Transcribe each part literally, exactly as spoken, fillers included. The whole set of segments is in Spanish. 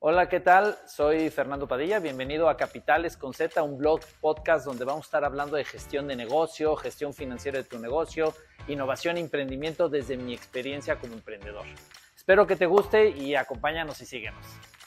Hola, ¿qué tal? Soy Fernando Padilla, bienvenido a Capitales con Z, un blog podcast donde vamos a estar hablando de gestión de negocio, gestión financiera de tu negocio, innovación e emprendimiento desde mi experiencia como emprendedor. Espero que te guste y acompáñanos y síguenos.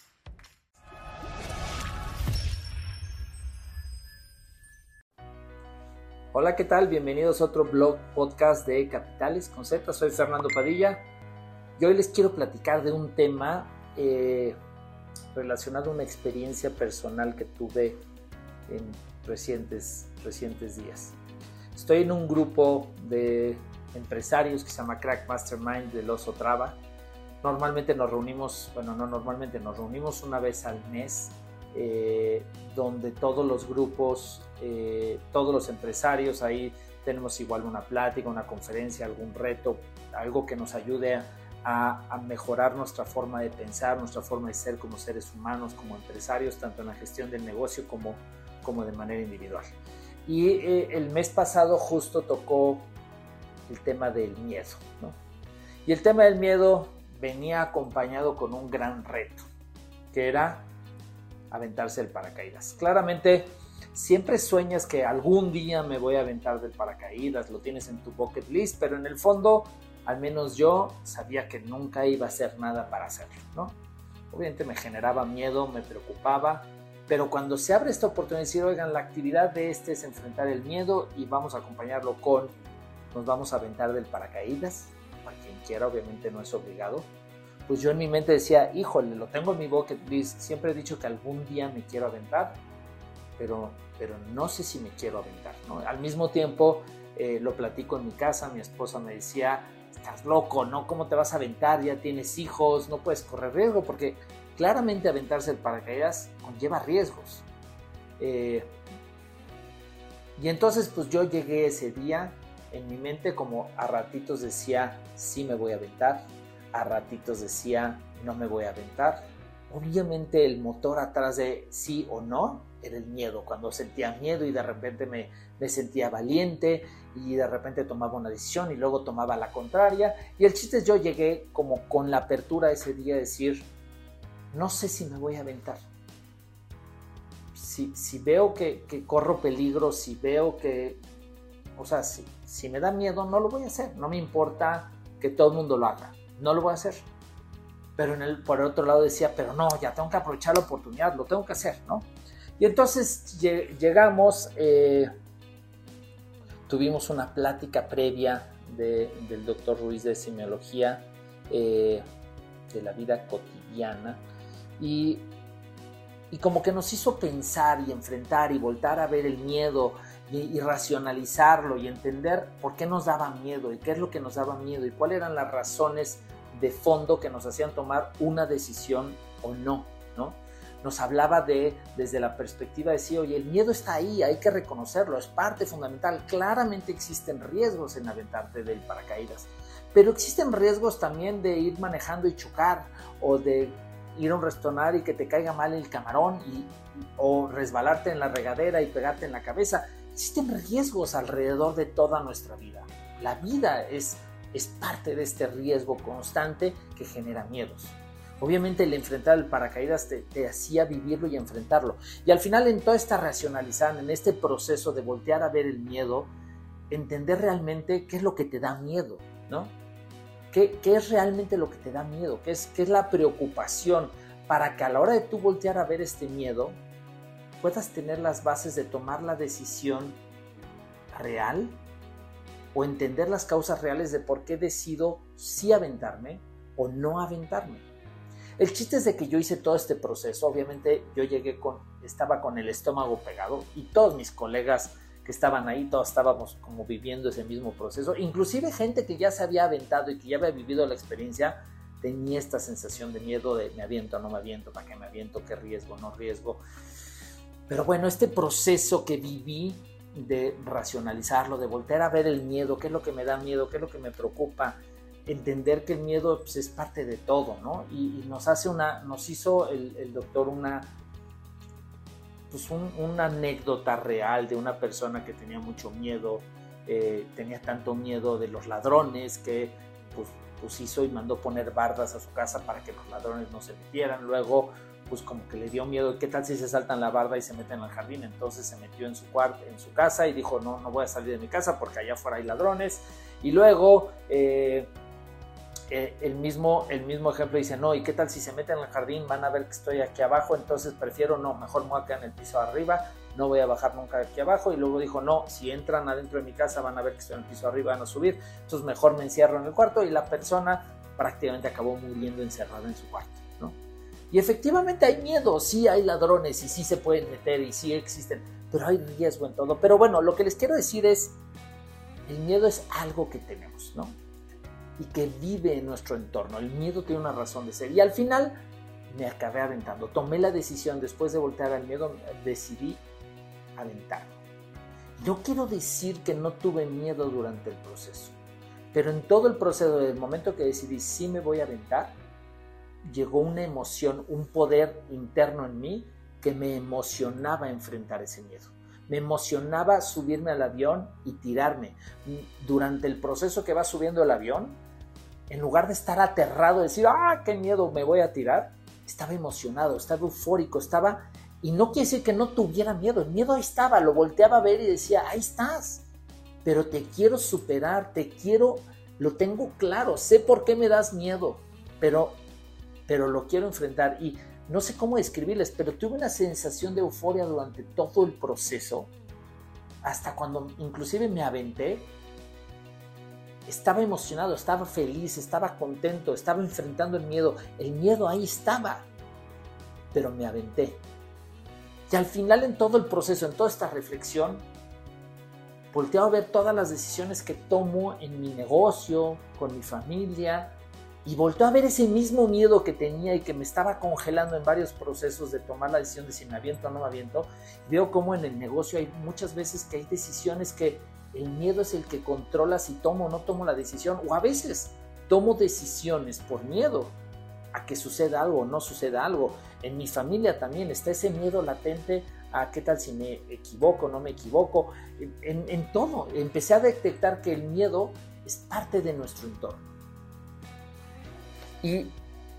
Hola, ¿qué tal? Bienvenidos a otro blog podcast de Capitales con Z, soy Fernando Padilla y hoy les quiero platicar de un tema eh, relacionado a una experiencia personal que tuve en recientes, recientes días. Estoy en un grupo de empresarios que se llama Crack Mastermind del Oso Traba. Normalmente nos reunimos, bueno, no normalmente, nos reunimos una vez al mes, eh, donde todos los grupos, eh, todos los empresarios, ahí tenemos igual una plática, una conferencia, algún reto, algo que nos ayude a A, a mejorar nuestra forma de pensar, nuestra forma de ser como seres humanos, como empresarios, tanto en la gestión del negocio como, como de manera individual. Y eh, el mes pasado justo tocó el tema del miedo, ¿no? Y el tema del miedo venía acompañado con un gran reto, que era aventarse el paracaídas. Claramente, siempre sueñas que algún día me voy a aventar del paracaídas, lo tienes en tu bucket list, pero en el fondo, al menos yo sabía que nunca iba a hacer nada para hacerlo, ¿no? Obviamente me generaba miedo, me preocupaba, pero cuando se abre esta oportunidad de decir, oigan, la actividad de este es enfrentar el miedo y vamos a acompañarlo con, nos vamos a aventar del paracaídas, para quien quiera, obviamente no es obligado, pues yo en mi mente decía, híjole, lo tengo en mi bucket list, siempre he dicho que algún día me quiero aventar, pero, pero no sé si me quiero aventar, ¿no? Al mismo tiempo, eh, lo platico en mi casa, mi esposa me decía, estás loco, ¿no? ¿Cómo te vas a aventar? Ya tienes hijos, no puedes correr riesgo, porque claramente aventarse el paracaídas conlleva riesgos. Eh, y entonces pues yo llegué ese día en mi mente como a ratitos decía, sí me voy a aventar, a ratitos decía, no me voy a aventar. Obviamente el motor atrás de sí o no era el miedo, cuando sentía miedo y de repente me, me sentía valiente y de repente tomaba una decisión y luego tomaba la contraria. Y el chiste es yo llegué como con la apertura ese día a decir, no sé si me voy a aventar. Si, si veo que, que corro peligro, si veo que, o sea, si, si me da miedo, no lo voy a hacer. No me importa que todo el mundo lo haga, no lo voy a hacer. Pero en el, por el otro lado decía, pero no, ya tengo que aprovechar la oportunidad, lo tengo que hacer, ¿no? Y entonces llegamos, eh, tuvimos una plática previa de, del doctor Ruiz de semiología eh, de la vida cotidiana y, y como que nos hizo pensar y enfrentar y voltar a ver el miedo y, y racionalizarlo y entender por qué nos daba miedo y qué es lo que nos daba miedo y cuáles eran las razones de fondo que nos hacían tomar una decisión o no, ¿no? Nos hablaba de, desde la perspectiva de decir, oye, el miedo está ahí, hay que reconocerlo, es parte fundamental. Claramente existen riesgos en aventarte del paracaídas, pero existen riesgos también de ir manejando y chocar, o de ir a un restaurante y que te caiga mal el camarón, y, o resbalarte en la regadera y pegarte en la cabeza. Existen riesgos alrededor de toda nuestra vida. La vida es, es parte de este riesgo constante que genera miedos. Obviamente el enfrentar el paracaídas te, te hacía vivirlo y enfrentarlo. Y al final en toda esta racionalización, en este proceso de voltear a ver el miedo, entender realmente qué es lo que te da miedo, ¿no? ¿Qué, qué es realmente lo que te da miedo? ¿Qué es, qué es la preocupación? Para que a la hora de tú voltear a ver este miedo, puedas tener las bases de tomar la decisión real o entender las causas reales de por qué decido sí aventarme o no aventarme. El chiste es de que yo hice todo este proceso, obviamente yo llegué con, estaba con el estómago pegado y todos mis colegas que estaban ahí, todos estábamos como viviendo ese mismo proceso, inclusive gente que ya se había aventado y que ya había vivido la experiencia, tenía esta sensación de miedo de me aviento, no me aviento, ¿para qué me aviento? ¿Qué riesgo, no riesgo? Pero bueno, este proceso que viví de racionalizarlo, de voltear a ver el miedo, qué es lo que me da miedo, qué es lo que me preocupa, entender que el miedo pues, es parte de todo, ¿no? Y, y nos hace una, nos hizo el, el doctor una, pues un, una anécdota real de una persona que tenía mucho miedo, eh, tenía tanto miedo de los ladrones que pues, pues hizo y mandó poner bardas a su casa para que los ladrones no se metieran. Luego pues como que le dio miedo, ¿qué tal si se saltan la barda y se meten al jardín? Entonces se metió en su cuarto, en su casa y dijo, no, no voy a salir de mi casa porque allá afuera hay ladrones. Y luego eh, eh, el, mismo, el mismo ejemplo dice, no, ¿y qué tal si se meten al jardín? Van a ver que estoy aquí abajo, entonces prefiero, no, mejor me voy a quedar en el piso de arriba, no voy a bajar nunca aquí abajo. Y luego dijo, no, si entran adentro de mi casa van a ver que estoy en el piso de arriba, van a subir, entonces mejor me encierro en el cuarto. Y la persona prácticamente acabó muriendo encerrada en su cuarto, ¿no? Y efectivamente hay miedo, sí hay ladrones y sí se pueden meter y sí existen, pero hay riesgo en todo. Pero bueno, lo que les quiero decir es, el miedo es algo que tenemos, ¿no? Y que vive en nuestro entorno. El miedo tiene una razón de ser. Y al final me acabé aventando. Tomé la decisión, después de voltear al miedo, decidí aventarme. No quiero decir que no tuve miedo durante el proceso, pero en todo el proceso, del momento que decidí sí me voy a aventar, llegó una emoción, un poder interno en mí que me emocionaba enfrentar ese miedo. Me emocionaba subirme al avión y tirarme. Durante el proceso que va subiendo el avión, en lugar de estar aterrado, de decir, ¡ah, qué miedo, me voy a tirar!, estaba emocionado, estaba eufórico, estaba... Y no quiere decir que no tuviera miedo, el miedo ahí estaba, lo volteaba a ver y decía, ahí estás, pero te quiero superar, te quiero, lo tengo claro, sé por qué me das miedo, pero... pero lo quiero enfrentar. Y no sé cómo describirles, pero tuve una sensación de euforia durante todo el proceso, hasta cuando inclusive me aventé. Estaba emocionado, estaba feliz, estaba contento, estaba enfrentando el miedo. El miedo ahí estaba, pero me aventé. Y al final, en todo el proceso, en toda esta reflexión, volteo a ver todas las decisiones que tomo en mi negocio, con mi familia, y volteo a ver ese mismo miedo que tenía y que me estaba congelando en varios procesos de tomar la decisión de si me aviento o no me aviento. Veo cómo en el negocio hay muchas veces que hay decisiones que el miedo es el que controla si tomo o no tomo la decisión, o a veces tomo decisiones por miedo a que suceda algo o no suceda algo. En mi familia también está ese miedo latente a qué tal si me equivoco o no me equivoco. En, en todo, empecé a detectar que el miedo es parte de nuestro entorno. Y,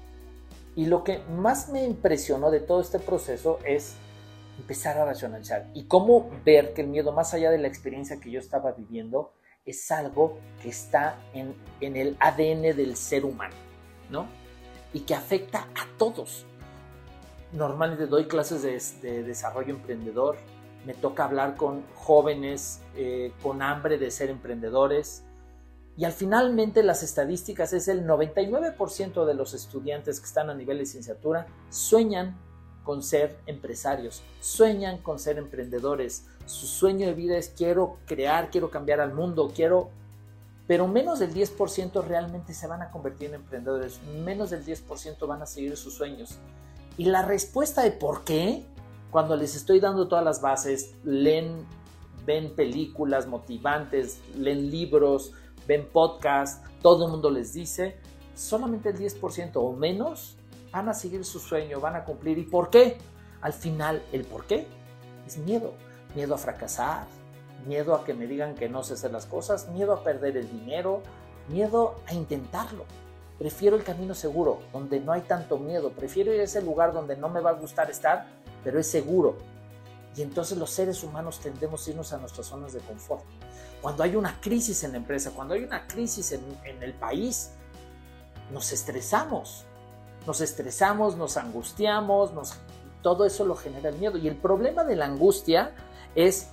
y lo que más me impresionó de todo este proceso es empezar a racionalizar y cómo ver que el miedo, más allá de la experiencia que yo estaba viviendo, es algo que está en, en el A D N del ser humano, ¿no? Y que afecta a todos. Normalmente doy clases de, de desarrollo emprendedor, me toca hablar con jóvenes eh, con hambre de ser emprendedores, y al finalmente las estadísticas es el noventa y nueve por ciento de los estudiantes que están a nivel de licenciatura sueñan con ser empresarios, sueñan con ser emprendedores. Su sueño de vida es quiero crear, quiero cambiar al mundo, quiero... Pero menos del diez por ciento realmente se van a convertir en emprendedores, menos del diez por ciento van a seguir sus sueños. Y la respuesta de por qué, cuando les estoy dando todas las bases, leen, ven películas motivantes, leen libros, ven podcasts, todo el mundo les dice, solamente el diez por ciento o menos van a seguir su sueño, van a cumplir. ¿Y por qué? Al final, el por qué es miedo. Miedo a fracasar, miedo a que me digan que no sé hacer las cosas, miedo a perder el dinero, miedo a intentarlo. Prefiero el camino seguro, donde no hay tanto miedo. Prefiero ir a ese lugar donde no me va a gustar estar, pero es seguro. Y entonces los seres humanos tendemos a irnos a nuestras zonas de confort. Cuando hay una crisis en la empresa, cuando hay una crisis en, en el país, nos estresamos. Nos estresamos, nos angustiamos, nos, todo eso lo genera el miedo. Y el problema de la angustia es,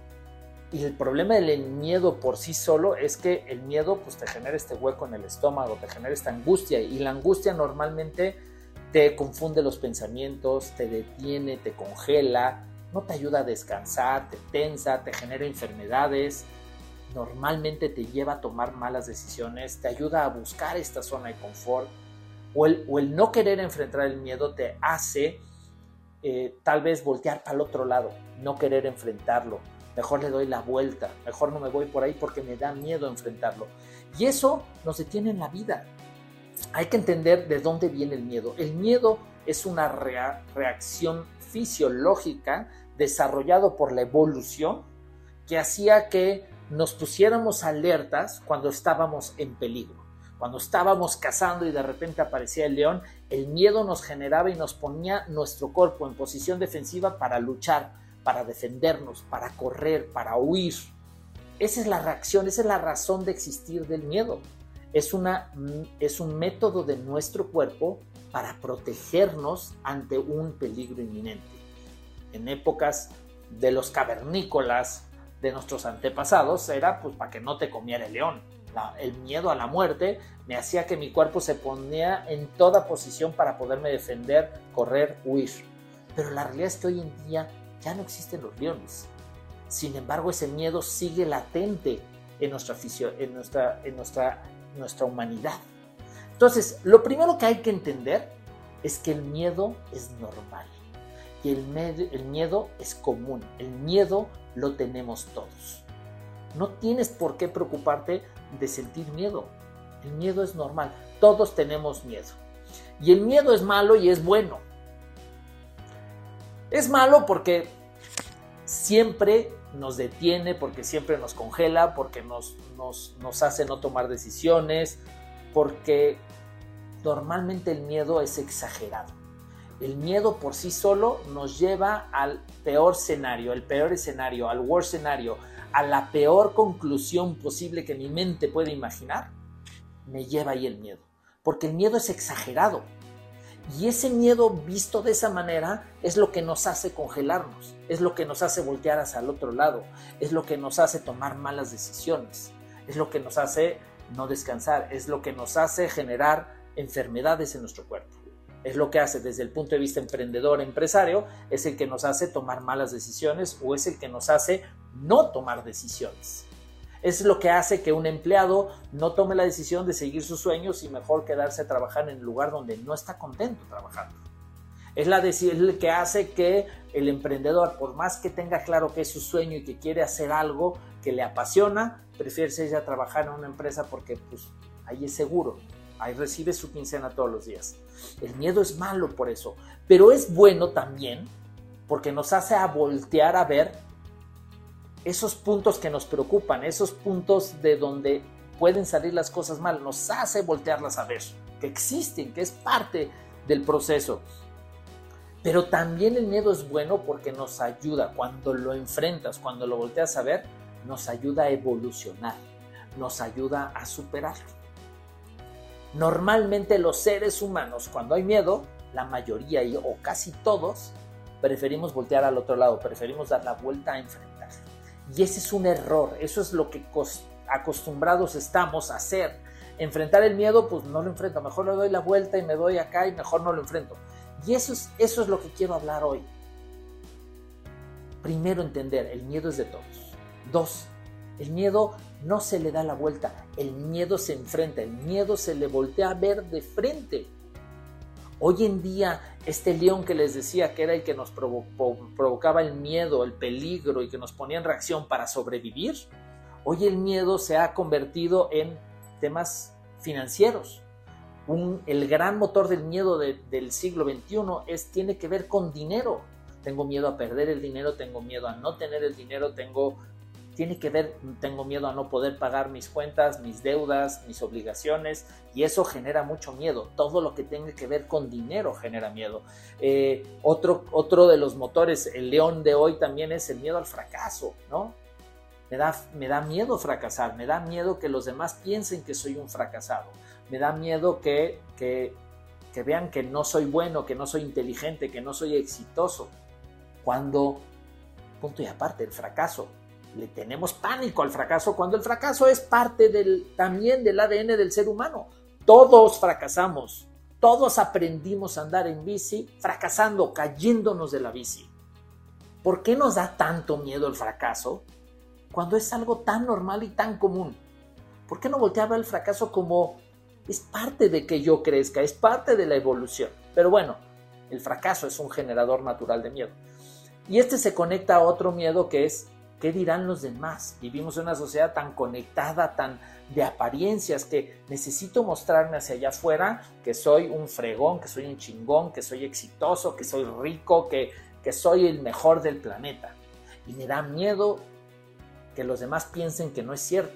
y el problema del miedo por sí solo es que el miedo pues, te genera este hueco en el estómago, te genera esta angustia. Y la angustia normalmente te confunde los pensamientos, te detiene, te congela, no te ayuda a descansar, te tensa, te genera enfermedades. Normalmente te lleva a tomar malas decisiones, te ayuda a buscar esta zona de confort. O el, o el no querer enfrentar el miedo te hace eh, tal vez voltear para el otro lado, no querer enfrentarlo. Mejor le doy la vuelta, mejor no me voy por ahí porque me da miedo enfrentarlo. Y eso nos detiene en la vida. Hay que entender de dónde viene el miedo. El miedo es una rea- reacción fisiológica desarrollado por la evolución que hacía que nos pusiéramos alertas cuando estábamos en peligro. Cuando estábamos cazando y de repente aparecía el león, el miedo nos generaba y nos ponía nuestro cuerpo en posición defensiva para luchar, para defendernos, para correr, para huir. Esa es la reacción, esa es la razón de existir del miedo. Es, una, es un método de nuestro cuerpo para protegernos ante un peligro inminente. En épocas de los cavernícolas, de nuestros antepasados, era pues para que no te comiera el león. La, el miedo a la muerte me hacía que mi cuerpo se ponía en toda posición para poderme defender, correr, huir. Pero la realidad es que hoy en día ya no existen los leones. Sin embargo, ese miedo sigue latente en nuestra, en nuestra, en nuestra, nuestra humanidad. Entonces, lo primero que hay que entender es que el miedo es normal. Y el, med- el miedo es común. El miedo lo tenemos todos. No tienes por qué preocuparte de sentir miedo. El miedo es normal. Todos tenemos miedo. Y el miedo es malo y es bueno. Es malo porque siempre nos detiene, porque siempre nos congela, porque nos, nos, nos hace no tomar decisiones, porque normalmente el miedo es exagerado. El miedo por sí solo nos lleva al peor escenario, al peor escenario, al worst scenario, a la peor conclusión posible que mi mente puede imaginar. Me lleva ahí el miedo, porque el miedo es exagerado. Y ese miedo visto de esa manera es lo que nos hace congelarnos, es lo que nos hace voltear hacia el otro lado, es lo que nos hace tomar malas decisiones, es lo que nos hace no descansar, es lo que nos hace generar enfermedades en nuestro cuerpo. Es lo que hace desde el punto de vista emprendedor, empresario, es el que nos hace tomar malas decisiones o es el que nos hace no tomar decisiones. Es lo que hace que un empleado no tome la decisión de seguir sus sueños y mejor quedarse a trabajar en el lugar donde no está contento trabajando. Es la es el que hace que el emprendedor, por más que tenga claro que es su sueño y que quiere hacer algo que le apasiona, prefiere irse a trabajar en una empresa porque pues, ahí es seguro. Ahí recibe su quincena todos los días. El miedo es malo por eso, pero es bueno también porque nos hace a voltear a ver esos puntos que nos preocupan, esos puntos de donde pueden salir las cosas mal, nos hace voltearlas a ver, que existen, que es parte del proceso. Pero también el miedo es bueno porque nos ayuda, cuando lo enfrentas, cuando lo volteas a ver, nos ayuda a evolucionar, nos ayuda a superarlo. Normalmente los seres humanos, cuando hay miedo, la mayoría o casi todos, preferimos voltear al otro lado, preferimos dar la vuelta a enfrentar. Y ese es un error, eso es lo que acostumbrados estamos a hacer. Enfrentar el miedo, pues no lo enfrento, mejor le doy la vuelta y me doy acá y mejor no lo enfrento. Y eso es, eso es lo que quiero hablar hoy. Primero, entender, el miedo es de todos. Dos, el miedo no se le da la vuelta, el miedo se enfrenta, el miedo se le voltea a ver de frente. Hoy en día, este león que les decía que era el que nos provo- provocaba el miedo, el peligro y que nos ponía en reacción para sobrevivir, hoy el miedo se ha convertido en temas financieros. Un, el gran motor del miedo de, del siglo veintiuno es, tiene que ver con dinero. Tengo miedo a perder el dinero, tengo miedo a no tener el dinero, tengo... Tiene que ver, tengo miedo a no poder pagar mis cuentas, mis deudas, mis obligaciones, y eso genera mucho miedo. Todo lo que tenga que ver con dinero genera miedo. Eh, otro, otro de los motores, el león de hoy también es el miedo al fracaso, ¿no? Me da, me da miedo fracasar, me da miedo que los demás piensen que soy un fracasado, me da miedo que, que, que vean que no soy bueno, que no soy inteligente, que no soy exitoso. Cuando, punto y aparte, el fracaso. Le tenemos pánico al fracaso cuando el fracaso es parte del, también del A D N del ser humano. Todos fracasamos, todos aprendimos a andar en bici fracasando, cayéndonos de la bici. ¿Por qué nos da tanto miedo el fracaso cuando es algo tan normal y tan común? ¿Por qué no voltear a ver el fracaso como es parte de que yo crezca, es parte de la evolución? Pero bueno, el fracaso es un generador natural de miedo. Y este se conecta a otro miedo que es ¿qué dirán los demás? Vivimos en una sociedad tan conectada, tan de apariencias, que necesito mostrarme hacia allá afuera que soy un fregón, que soy un chingón, que soy exitoso, que soy rico, que, que soy el mejor del planeta. Y me da miedo que los demás piensen que no es cierto.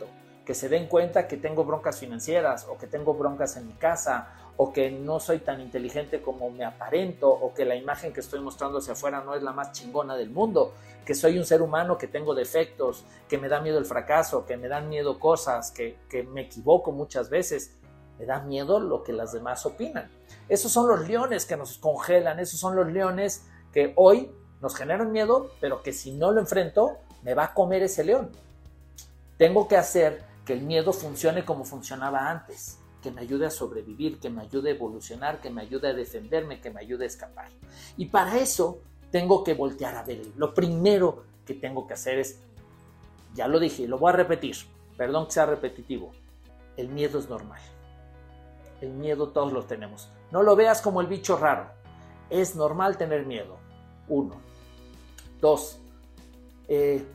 que se den cuenta que tengo broncas financieras o que tengo broncas en mi casa o que no soy tan inteligente como me aparento o que la imagen que estoy mostrando hacia afuera no es la más chingona del mundo, que soy un ser humano, que tengo defectos, que me da miedo el fracaso, que me dan miedo cosas, que, que me equivoco muchas veces. Me da miedo lo que las demás opinan. Esos son los leones que nos congelan, esos son los leones que hoy nos generan miedo, pero que si no lo enfrento, me va a comer ese león. Tengo que hacer que el miedo funcione como funcionaba antes, que me ayude a sobrevivir, que me ayude a evolucionar, que me ayude a defenderme, que me ayude a escapar. Y para eso tengo que voltear a ver. Lo primero que tengo que hacer es, ya lo dije, lo voy a repetir, perdón que sea repetitivo, el miedo es normal. El miedo todos lo tenemos. No lo veas como el bicho raro. Es normal tener miedo. Uno. Dos. Eh,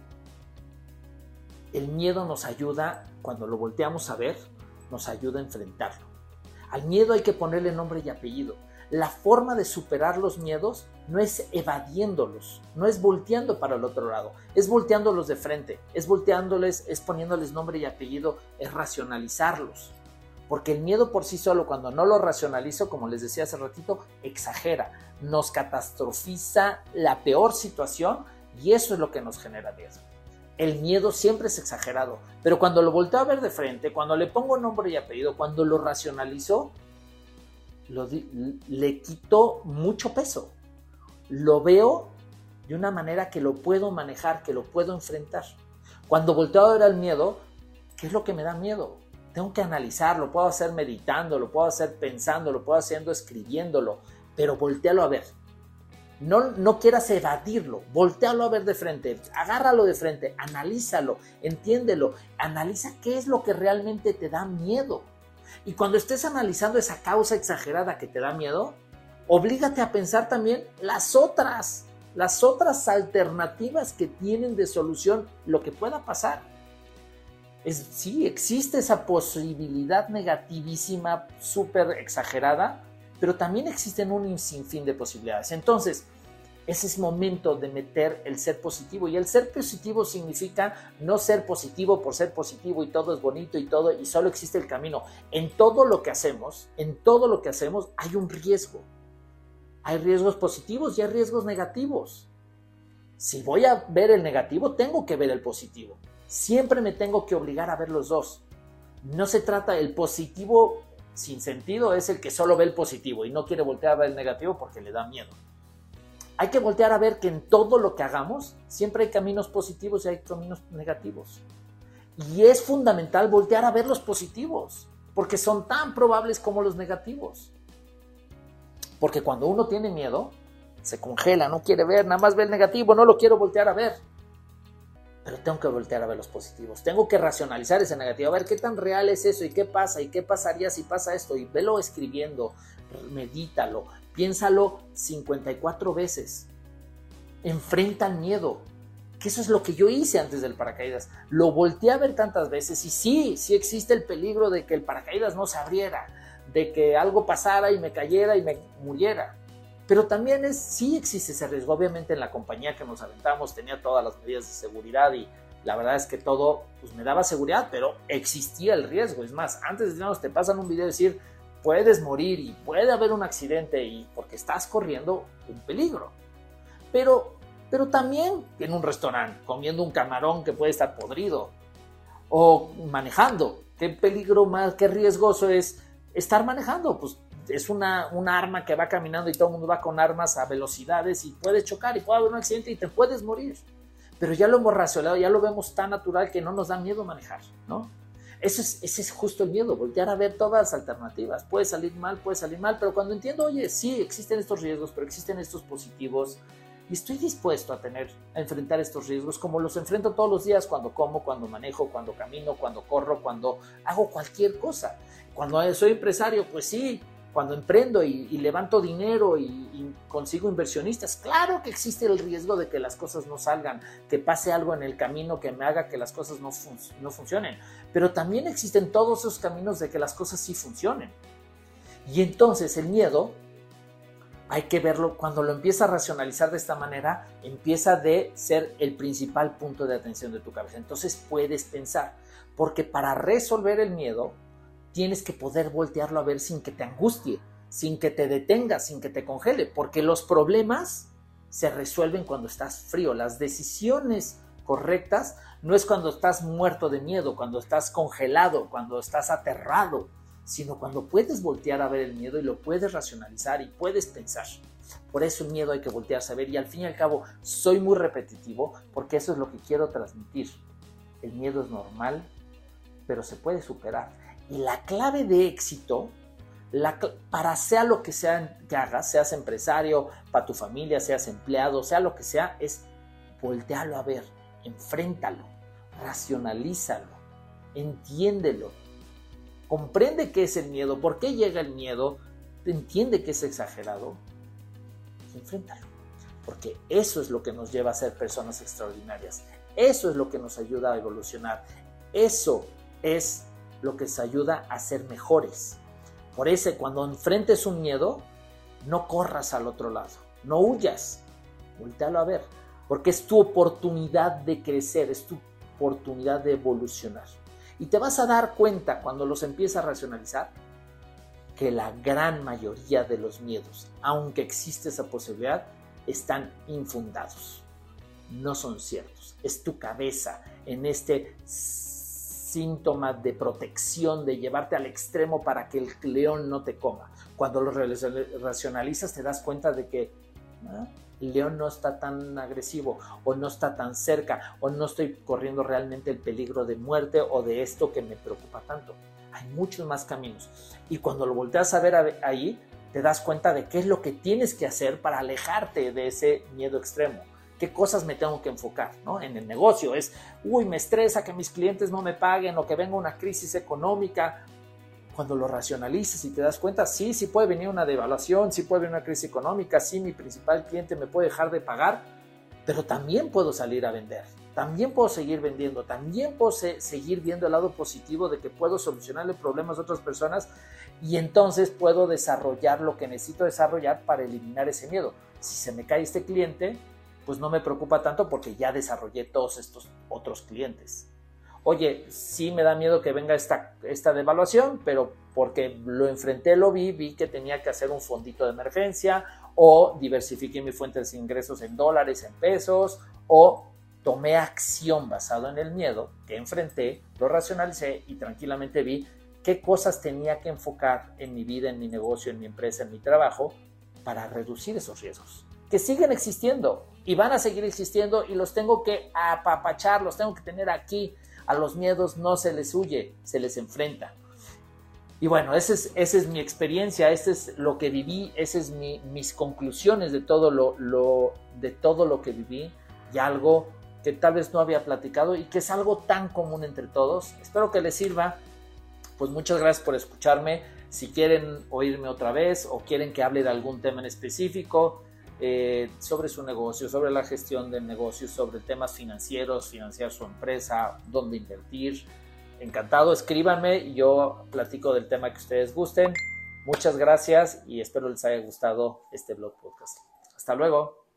el miedo nos ayuda, cuando lo volteamos a ver, nos ayuda a enfrentarlo. Al miedo hay que ponerle nombre y apellido. La forma de superar los miedos no es evadiéndolos, no es volteando para el otro lado, es volteándolos de frente, es volteándoles, es poniéndoles nombre y apellido, es racionalizarlos. Porque el miedo por sí solo, cuando no lo racionalizo, como les decía hace ratito, exagera, nos catastrofiza la peor situación y eso es lo que nos genera miedo. El miedo siempre es exagerado, pero cuando lo volteo a ver de frente, cuando le pongo nombre y apellido, cuando lo racionalizo, lo di- le quito mucho peso. Lo veo de una manera que lo puedo manejar, que lo puedo enfrentar. Cuando volteo a ver al miedo, ¿qué es lo que me da miedo? Tengo que analizarlo, lo puedo hacer meditando, lo puedo hacer pensando, lo puedo haciendo escribiéndolo, pero voltéalo a ver. No, no quieras evadirlo, voltéalo a ver de frente, agárralo de frente, analízalo, entiéndelo, analiza qué es lo que realmente te da miedo. Y cuando estés analizando esa causa exagerada que te da miedo, oblígate a pensar también las otras, las otras alternativas que tienen de solución lo que pueda pasar. Es, sí, existe esa posibilidad negativísima, súper exagerada, pero también existen un sinfín de posibilidades. Entonces, ese es momento de meter el ser positivo. Y el ser positivo significa no ser positivo por ser positivo y todo es bonito y todo, y solo existe el camino. En todo lo que hacemos, en todo lo que hacemos hay un riesgo. Hay riesgos positivos y hay riesgos negativos. Si voy a ver el negativo, tengo que ver el positivo. Siempre me tengo que obligar a ver los dos. No se trata, el positivo sin sentido es el que solo ve el positivo y no quiere voltear a ver el negativo porque le da miedo. Hay que voltear a ver que en todo lo que hagamos siempre hay caminos positivos y hay caminos negativos. Y es fundamental voltear a ver los positivos porque son tan probables como los negativos. Porque cuando uno tiene miedo, se congela, no quiere ver, nada más ve el negativo, no lo quiero voltear a ver. Pero tengo que voltear a ver los positivos, tengo que racionalizar ese negativo, a ver qué tan real es eso y qué pasa y qué pasaría si pasa esto, y velo escribiendo, medítalo, piénsalo cincuenta y cuatro veces, enfrenta el miedo, que eso es lo que yo hice antes del paracaídas, lo volteé a ver tantas veces y sí, sí existe el peligro de que el paracaídas no se abriera, de que algo pasara y me cayera y me muriera. Pero también es, sí existe ese riesgo. Obviamente en la compañía que nos aventamos tenía todas las medidas de seguridad y la verdad es que todo pues, me daba seguridad, pero existía el riesgo. Es más, antes digamos, te pasan un video de decir, puedes morir y puede haber un accidente y porque estás corriendo un peligro. Pero, pero también en un restaurante, comiendo un camarón que puede estar podrido o manejando. ¿Qué peligro más, qué riesgoso es estar manejando? Pues es una, una arma que va caminando y todo el mundo va con armas a velocidades y puede chocar y puede haber un accidente y te puedes morir. Pero ya lo hemos racionado, ya lo vemos tan natural que no nos da miedo manejar, ¿no? Eso es, ese es justo el miedo, voltear a ver todas las alternativas. Puede salir mal, puede salir mal, pero cuando entiendo, oye, sí, existen estos riesgos, pero existen estos positivos y estoy dispuesto a tener, a enfrentar estos riesgos como los enfrento todos los días cuando como, cuando manejo, cuando camino, cuando corro, cuando hago cualquier cosa. Cuando soy empresario, pues sí, cuando emprendo y, y levanto dinero y, y consigo inversionistas, claro que existe el riesgo de que las cosas no salgan, que pase algo en el camino que me haga que las cosas no, fun- no funcionen, pero también existen todos esos caminos de que las cosas sí funcionen. Y entonces el miedo hay que verlo, cuando lo empiezas a racionalizar de esta manera, empieza de ser el principal punto de atención de tu cabeza. Entonces puedes pensar, porque para resolver el miedo, tienes que poder voltearlo a ver sin que te angustie, sin que te detenga, sin que te congele, porque los problemas se resuelven cuando estás frío. Las decisiones correctas no es cuando estás muerto de miedo, cuando estás congelado, cuando estás aterrado, sino cuando puedes voltear a ver el miedo y lo puedes racionalizar y puedes pensar. Por eso el miedo hay que voltearse a ver, y al fin y al cabo soy muy repetitivo porque eso es lo que quiero transmitir. El miedo es normal, pero se puede superar. Y la clave de éxito, la, para sea lo que sea que hagas, seas empresario, para tu familia, seas empleado, sea lo que sea, es voltearlo a ver, enfréntalo, racionalízalo, entiéndelo. Comprende qué es el miedo, por qué llega el miedo, entiende que es exagerado y enfréntalo. Porque eso es lo que nos lleva a ser personas extraordinarias. Eso es lo que nos ayuda a evolucionar. Eso es lo que nos ayuda a ser mejores. Por eso, cuando enfrentes un miedo, no corras al otro lado, no huyas, voltéalo a ver. Porque es tu oportunidad de crecer, es tu oportunidad de evolucionar. Y te vas a dar cuenta cuando los empiezas a racionalizar que la gran mayoría de los miedos, aunque existe esa posibilidad, están infundados. No son ciertos. Es tu cabeza en este síntoma de protección, de llevarte al extremo para que el león no te coma. Cuando lo racionalizas te das cuenta de que ¿no? el león no está tan agresivo, o no está tan cerca, o no estoy corriendo realmente el peligro de muerte o de esto que me preocupa tanto. Hay muchos más caminos. Y cuando lo volteas a ver ahí, te das cuenta de qué es lo que tienes que hacer para alejarte de ese miedo extremo. ¿Qué cosas me tengo que enfocar? ¿No? En el negocio es, uy, me estresa que mis clientes no me paguen o que venga una crisis económica. Cuando lo racionalizas y te das cuenta, sí, sí puede venir una devaluación, sí puede venir una crisis económica, sí, mi principal cliente me puede dejar de pagar, pero también puedo salir a vender, también puedo seguir vendiendo, también puedo se- seguir viendo el lado positivo de que puedo solucionarle problemas a otras personas y entonces puedo desarrollar lo que necesito desarrollar para eliminar ese miedo. Si se me cae este cliente, pues no me preocupa tanto porque ya desarrollé todos estos otros clientes. Oye, sí me da miedo que venga esta, esta devaluación, pero porque lo enfrenté, lo vi, vi que tenía que hacer un fondito de emergencia, o diversifiqué mi fuente de ingresos en dólares, en pesos, o tomé acción basado en el miedo que enfrenté, lo racionalicé y tranquilamente vi qué cosas tenía que enfocar en mi vida, en mi negocio, en mi empresa, en mi trabajo, para reducir esos riesgos, que siguen existiendo y van a seguir existiendo y los tengo que apapachar, los tengo que tener aquí. A los miedos no se les huye, se les enfrenta. Y bueno, esa es, esa es mi experiencia, este es lo que viví, esas es mi, mis conclusiones de todo lo, lo, de todo lo que viví, y algo que tal vez no había platicado y que es algo tan común entre todos. Espero que les sirva. Pues muchas gracias por escucharme. Si quieren oírme otra vez o quieren que hable de algún tema en específico, Eh, sobre su negocio, sobre la gestión del negocio, sobre temas financieros, financiar su empresa, dónde invertir, encantado, escríbanme y yo platico del tema que ustedes gusten. Muchas gracias y espero les haya gustado este blog podcast. Hasta luego.